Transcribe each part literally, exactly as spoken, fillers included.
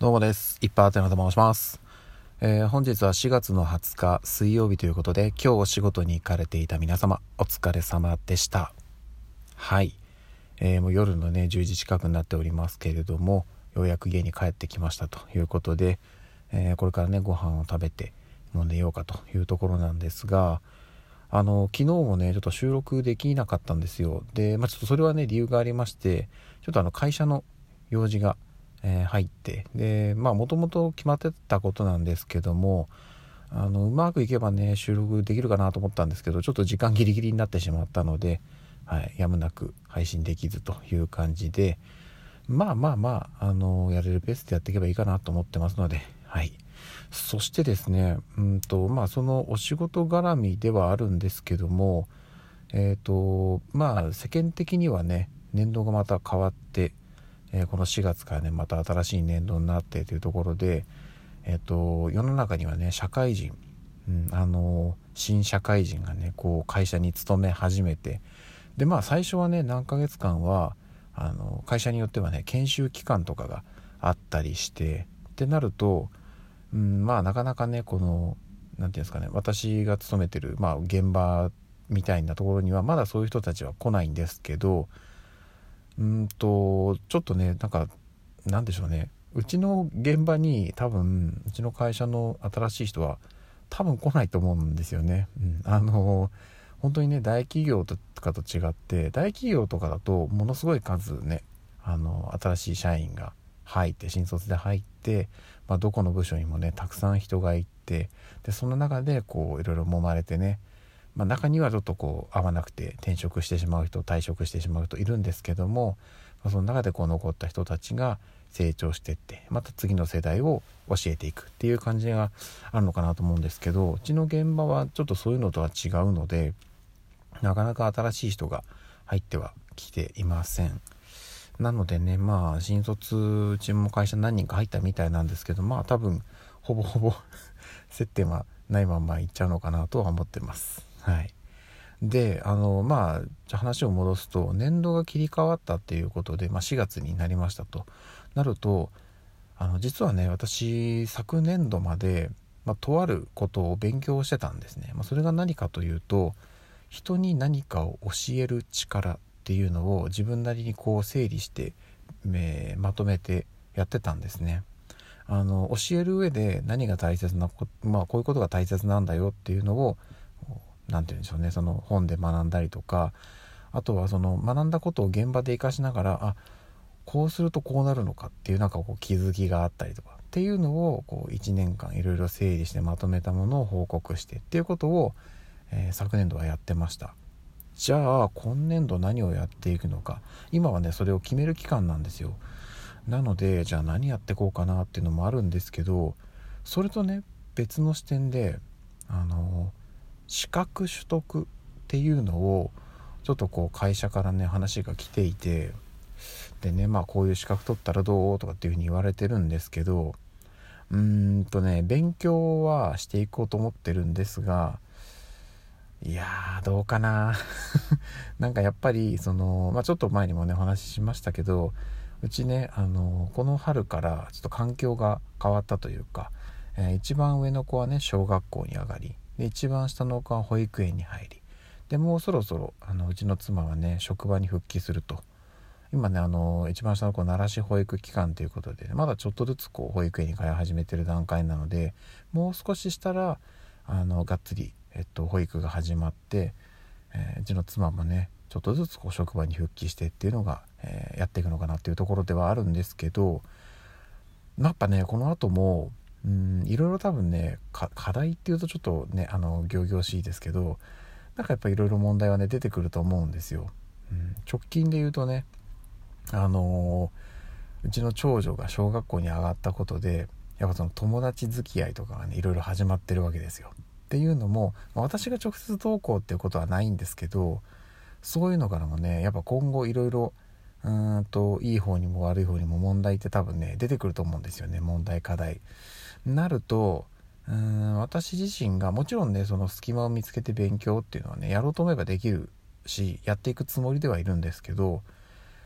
どうもです。いっぱいあてなと申します、えー、本日はしがつのはつか水曜日ということで、今日お仕事に行かれていた皆様お疲れ様でした。はい、えー、もう夜のねじゅうじ近くになっておりますけれども、ようやく家に帰ってきましたということで、えー、これからねご飯を食べてもう寝ようかというところなんですが、あの昨日もねちょっと収録できなかったんですよ。で、まあ、ちょっとそれはね理由がありまして、ちょっとあの会社の用事がえー入って、でまあもともと決まってたことなんですけども、あのうまくいけばね収録できるかなと思ったんですけど、ちょっと時間ギリギリになってしまったので、はい、やむなく配信できずという感じで、まあまあまあ、あのやれるペースでやっていけばいいかなと思ってますので、はい。そしてですね、うんとまあそのお仕事絡みではあるんですけども、えっとまあ世間的にはね年度がまた変わって、えーこのしがつからねまた新しい年度になってというところで、えっと世の中にはね社会人、うん、あの新社会人がねこう会社に勤め始めて、でまあ最初はね何ヶ月間はあの会社によってはね研修期間とかがあったりしてってなると、うん、まあなかなかねこのなんていうんですかね、私が勤めてる、まあ、現場みたいなところにはまだそういう人たちは来ないんですけど、うんとちょっとねなんかなんでしょうね、うちの現場に多分うちの会社の新しい人は多分来ないと思うんですよね、うん、あの本当にね大企業とかと違って、大企業とかだとものすごい数ねあの新しい社員が入って新卒で入って、まあ、どこの部署にもねたくさん人がいて、でその中でこういろいろ揉まれてね、まあ、中にはちょっとこう合わなくて転職してしまう人、退職してしまう人いるんですけども、まあ、その中でこう残った人たちが成長していって、また次の世代を教えていくっていう感じがあるのかなと思うんですけど、うちの現場はちょっとそういうのとは違うので、なかなか新しい人が入ってはきていません。なのでね、まあ新卒うちも会社何人か入ったみたいなんですけど、まあ多分ほぼほぼ接点はないままいっちゃうのかなとは思ってます。はい。で、あのまあじゃあ話を戻すと、年度が切り替わったっていうことで、まあ、しがつになりましたとなると、あの実はね私昨年度まで、まあ、とあることを勉強してたんですね。まあ、それが何かというと、人に何かを教える力っていうのを自分なりにこう整理して、えーまとめてやってたんですね。あの教える上で何が大切なこ、まあ、こういうことが大切なんだよっていうのをなんて言うんでしょうね、その本で学んだりとか、あとはその学んだことを現場で活かしながら、あこうするとこうなるのかっていうなんかこう気づきがあったりとかっていうのをこういちねんかんいろいろ整理してまとめたものを報告してっていうことを、えー昨年度はやってました。じゃあ今年度何をやっていくのか、今はねそれを決める期間なんですよ。なのでじゃあ何やっていこうかなっていうのもあるんですけど、それとね別の視点で、あの資格取得っていうのをちょっとこう会社からね話が来ていて、でねまあこういう資格取ったらどうとかっていうふうに言われてるんですけど、うーんとね勉強はしていこうと思ってるんですが、いやーどうかななんかやっぱりその、まあ、ちょっと前にもねお話ししましたけど、うちねあのこの春からちょっと環境が変わったというか、えー一番上の子はね小学校に上がり、で一番下の子は保育園に入り、でもうそろそろあのうちの妻はね職場に復帰すると。今ねあの一番下の子奈良市保育期間ということで、まだちょっとずつこう保育園に通い始めてる段階なので、もう少ししたらあのがっつり、えっと、保育が始まって、えーうちの妻もねちょっとずつこう職場に復帰してっていうのが、えーやっていくのかなっていうところではあるんですけど、やっぱねこの後もうんいろいろ多分ねか課題っていうとちょっとねあの仰々しいですけど、なんかやっぱいろいろ問題はね出てくると思うんですよ。うん、直近で言うとね、あのーうちの長女が小学校に上がったことで、やっぱその友達付き合いとかがねいろいろ始まってるわけですよ。っていうのも、まあ私が直接登校っていうことはないんですけど、そういうのからもねやっぱ今後いろいろうーんといい方にも悪い方にも問題って多分ね出てくると思うんですよね。問題課題なると、うーん私自身がもちろんねその隙間を見つけて勉強っていうのはねやろうと思えばできるし、やっていくつもりではいるんですけど、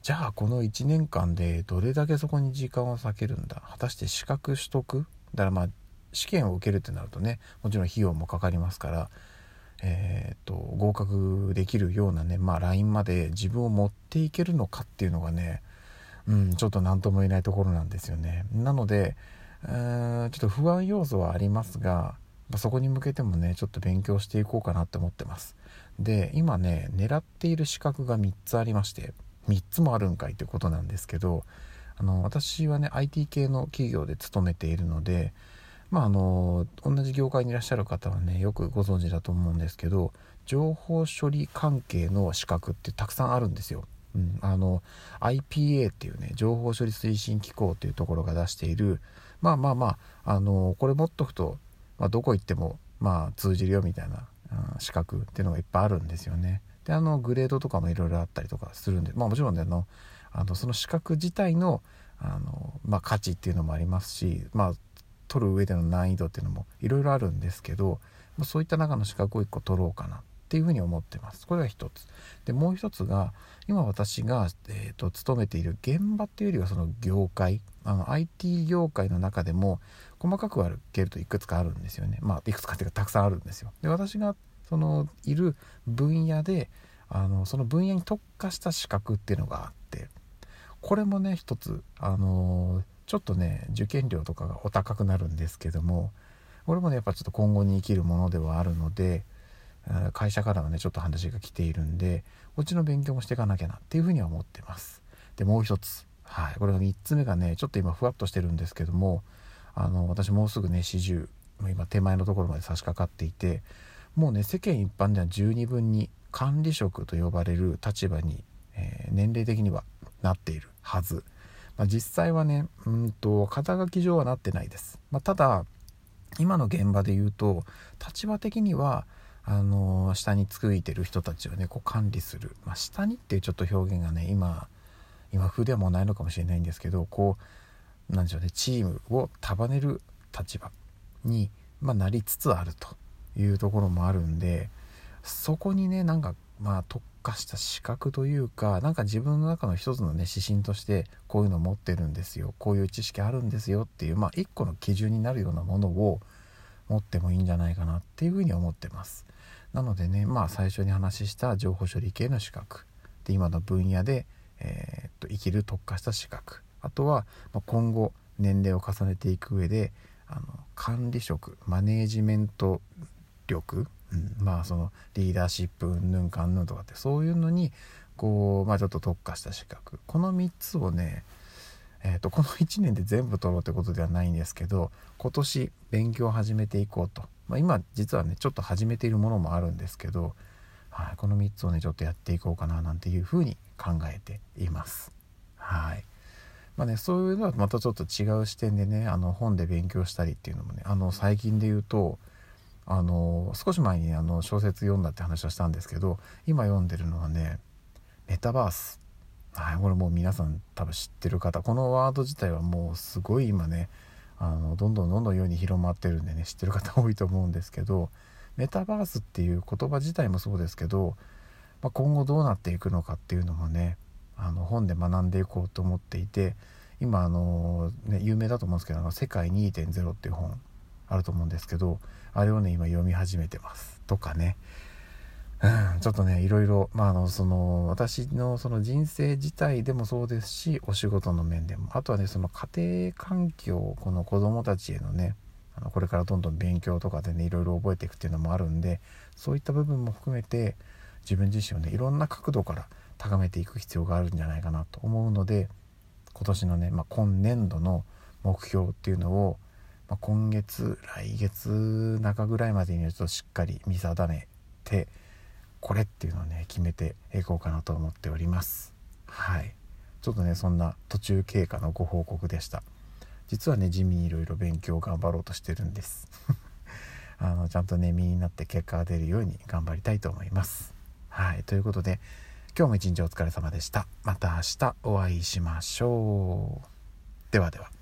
じゃあこのいちねんかんでどれだけそこに時間を割けるんだ、果たして資格取得だからまあ試験を受けるってなるとね、もちろん費用もかかりますから、えー、っと合格できるようなね、まあラインまで自分を持っていけるのかっていうのがね、うん、ちょっと何とも言えないところなんですよね。なので、えー、ちょっと不安要素はありますが、そこに向けてもねちょっと勉強していこうかなって思ってます。で今ね狙っている資格がみっつありまして、みっつもあるんかいってことなんですけど、あの私はね アイティー 系の企業で勤めているので、まああの同じ業界にいらっしゃる方はねよくご存知だと思うんですけど、情報処理関係の資格ってたくさんあるんですよ。うん、あの アイピーエー っていうね情報処理推進機構っていうところが出している、まあまあまああのこれ持っとくと、まあ、どこ行ってもまあ通じるよみたいな、うん、資格っていうのがいっぱいあるんですよね。であのグレードとかもいろいろあったりとかするんで、まあもちろんねあのあのその資格自体のあの、まあ、価値っていうのもありますし、まあ取る上での難易度っていうのもいろいろあるんですけど、まあ、そういった中の資格をいっこ取ろうかなっていうふうに思ってます。これが一つで、もう一つが今私が、えー、と勤めている現場っていうよりはその業界、あの アイティー 業界の中でも細かく分けるといくつかあるんですよね。まあいくつかっていうかたくさんあるんですよ。で私がそのいる分野であのその分野に特化した資格っていうのがあって、これもね一つあのちょっとね受験料とかがお高くなるんですけども、これもねやっぱちょっと今後に生きるものではあるので、会社からはねちょっと話が来ているんで、こっちの勉強もしていかなきゃなっていうふうには思ってます。でもう一つ、はい、これがみっつめがねちょっと今ふわっとしてるんですけども、あの私もうすぐねよんじゅう今手前のところまで差し掛かっていて、もうね世間一般では十二分に管理職と呼ばれる立場に、えー、年齢的にはなっているはず。まあ、実際はねうんと肩書き上はなってないです。まあ、ただ今の現場で言うと立場的にはあの下についてる人たちをねこう管理する、まあ、下にっていうちょっと表現がね今今風ではもうないのかもしれないんですけど、こうなんでしょうね、チームを束ねる立場に、まあ、なりつつあるというところもあるんで、そこにねなんかまあ特化した資格というか、なんか自分の中の一つのね指針としてこういうの持ってるんですよ、こういう知識あるんですよっていう、まあ一個の基準になるようなものを持ってもいいんじゃないかなっていうふうに思ってます。なのでね、まあ最初に話した情報処理系の資格で、今の分野で、えー、っと生きる特化した資格、あとは今後年齢を重ねていく上であの管理職、マネージメント力、うん、まあそのリーダーシップうんぬんかんぬんとかってそういうのにこう、まあ、ちょっと特化した資格、このみっつをね、えー、とこのいちねんで全部取ろうってことではないんですけど、今年勉強を始めていこうと、まあ、今実はねちょっと始めているものもあるんですけど、はい、このみっつをねちょっとやっていこうかななんていうふうに考えています。はい。まあね、そういうのはまたちょっと違う視点でね、あの本で勉強したりっていうのもね、あの最近で言うとあの少し前に、ね、あの小説読んだって話をしたんですけど、今読んでるのはねメタバース、はい、これもう皆さん多分知ってる方、このワード自体はもうすごい今ねあのどんどんどんどん世に広まってるんでね知ってる方多いと思うんですけど、メタバースっていう言葉自体もそうですけど、まあ、今後どうなっていくのかっていうのもねあの本で学んでいこうと思っていて、今あの、ね、有名だと思うんですけど、あの世界 にてんゼロ っていう本あると思うんですけど、あれをね今読み始めてますとかね、うん、ちょっとねいろいろ、まあ、あのその私のその人生自体でもそうですし、お仕事の面でも、あとはねその家庭環境、この子どもたちへのねあのこれからどんどん勉強とかでねいろいろ覚えていくっていうのもあるんで、そういった部分も含めて自分自身をねいろんな角度から高めていく必要があるんじゃないかなと思うので、今年のね、まあ、今年度の目標っていうのを、まあ、今月来月中ぐらいまでにちょっとしっかり見定めて、これっていうのをね決めていこうかなと思っております。はい。ちょっとねそんな途中経過のご報告でした。実はね地味にいろいろ勉強頑張ろうとしてるんですあのちゃんとね身になって結果が出るように頑張りたいと思います。はい。ということで今日も一日お疲れ様でした。また明日お会いしましょう。ではでは。